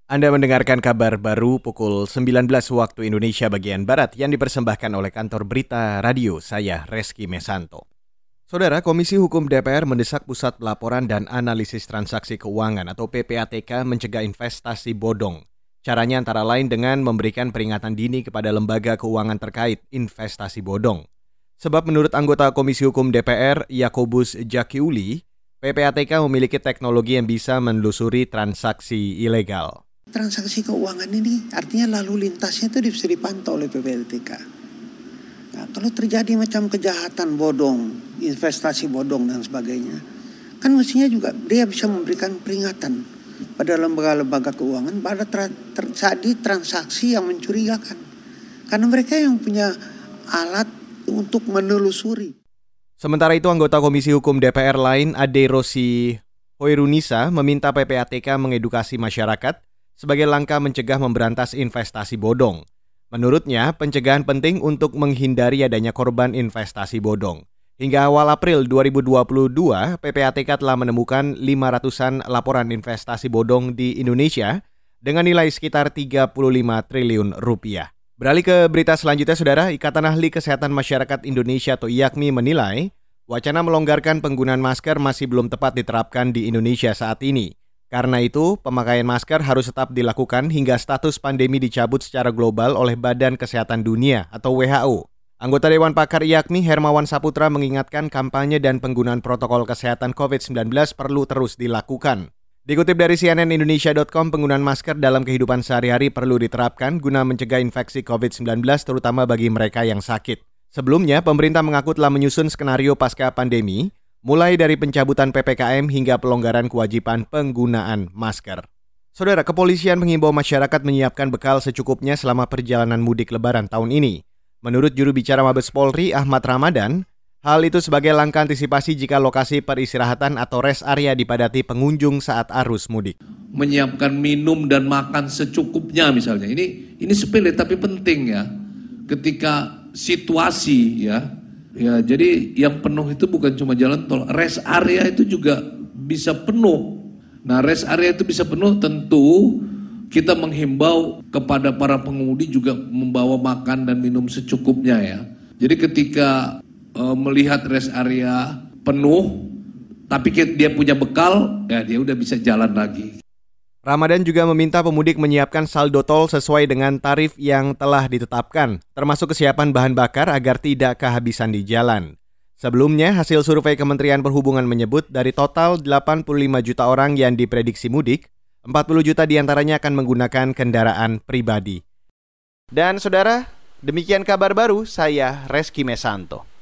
Anda mendengarkan kabar baru pukul 19 waktu Indonesia bagian Barat yang dipersembahkan oleh kantor berita radio saya, Reski Mesanto. Saudara, Komisi Hukum DPR mendesak Pusat Pelaporan dan Analisis Transaksi Keuangan atau PPATK mencegah investasi bodong. Caranya antara lain dengan memberikan peringatan dini kepada lembaga keuangan terkait investasi bodong. Sebab menurut anggota Komisi Hukum DPR, Yakobus Jakiuli, PPATK memiliki teknologi yang bisa menelusuri transaksi ilegal. Transaksi keuangan ini artinya lalu lintasnya itu bisa dipantau oleh PPATK. Nah, kalau terjadi macam kejahatan bodong, investasi bodong dan sebagainya, kan mestinya juga dia bisa memberikan peringatan pada lembaga-lembaga keuangan pada terjadi transaksi yang mencurigakan. Karena mereka yang punya alat untuk menelusuri. Sementara itu, anggota Komisi Hukum DPR lain, Ade Rosi Hoirunisa, meminta PPATK mengedukasi masyarakat sebagai langkah mencegah memberantas investasi bodong. Menurutnya, pencegahan penting untuk menghindari adanya korban investasi bodong. Hingga awal April 2022, PPATK telah menemukan 500-an laporan investasi bodong di Indonesia dengan nilai sekitar 35 triliun rupiah. Beralih ke berita selanjutnya, Saudara. Ikatan Ahli Kesehatan Masyarakat Indonesia atau IAKMI menilai wacana melonggarkan penggunaan masker masih belum tepat diterapkan di Indonesia saat ini. Karena itu, pemakaian masker harus tetap dilakukan hingga status pandemi dicabut secara global oleh Badan Kesehatan Dunia atau WHO. Anggota Dewan Pakar IAKMI Hermawan Saputra mengingatkan kampanye dan penggunaan protokol kesehatan COVID-19 perlu terus dilakukan. Dikutip dari cnnindonesia.com, penggunaan masker dalam kehidupan sehari-hari perlu diterapkan guna mencegah infeksi COVID-19 terutama bagi mereka yang sakit. Sebelumnya, pemerintah mengaku telah menyusun skenario pasca pandemi, mulai dari pencabutan PPKM hingga pelonggaran kewajiban penggunaan masker. Saudara, kepolisian menghimbau masyarakat menyiapkan bekal secukupnya selama perjalanan mudik Lebaran tahun ini. Menurut juru bicara Mabes Polri, Ahmad Ramadan, hal itu sebagai langkah antisipasi jika lokasi peristirahatan atau rest area dipadati pengunjung saat arus mudik. Menyiapkan minum dan makan secukupnya misalnya. Ini sepele tapi penting ya. Ketika situasi Ya, jadi yang penuh itu bukan cuma jalan tol, rest area itu juga bisa penuh. Nah, rest area itu bisa penuh, tentu kita menghimbau kepada para pengemudi juga membawa makan dan minum secukupnya ya. Jadi ketika melihat rest area penuh, tapi dia punya bekal, ya dia udah bisa jalan lagi. Ramadan juga meminta pemudik menyiapkan saldo tol sesuai dengan tarif yang telah ditetapkan, termasuk kesiapan bahan bakar agar tidak kehabisan di jalan. Sebelumnya, hasil survei Kementerian Perhubungan menyebut dari total 85 juta orang yang diprediksi mudik, 40 juta diantaranya akan menggunakan kendaraan pribadi. Dan saudara, demikian kabar baru, saya Reski Mesanto.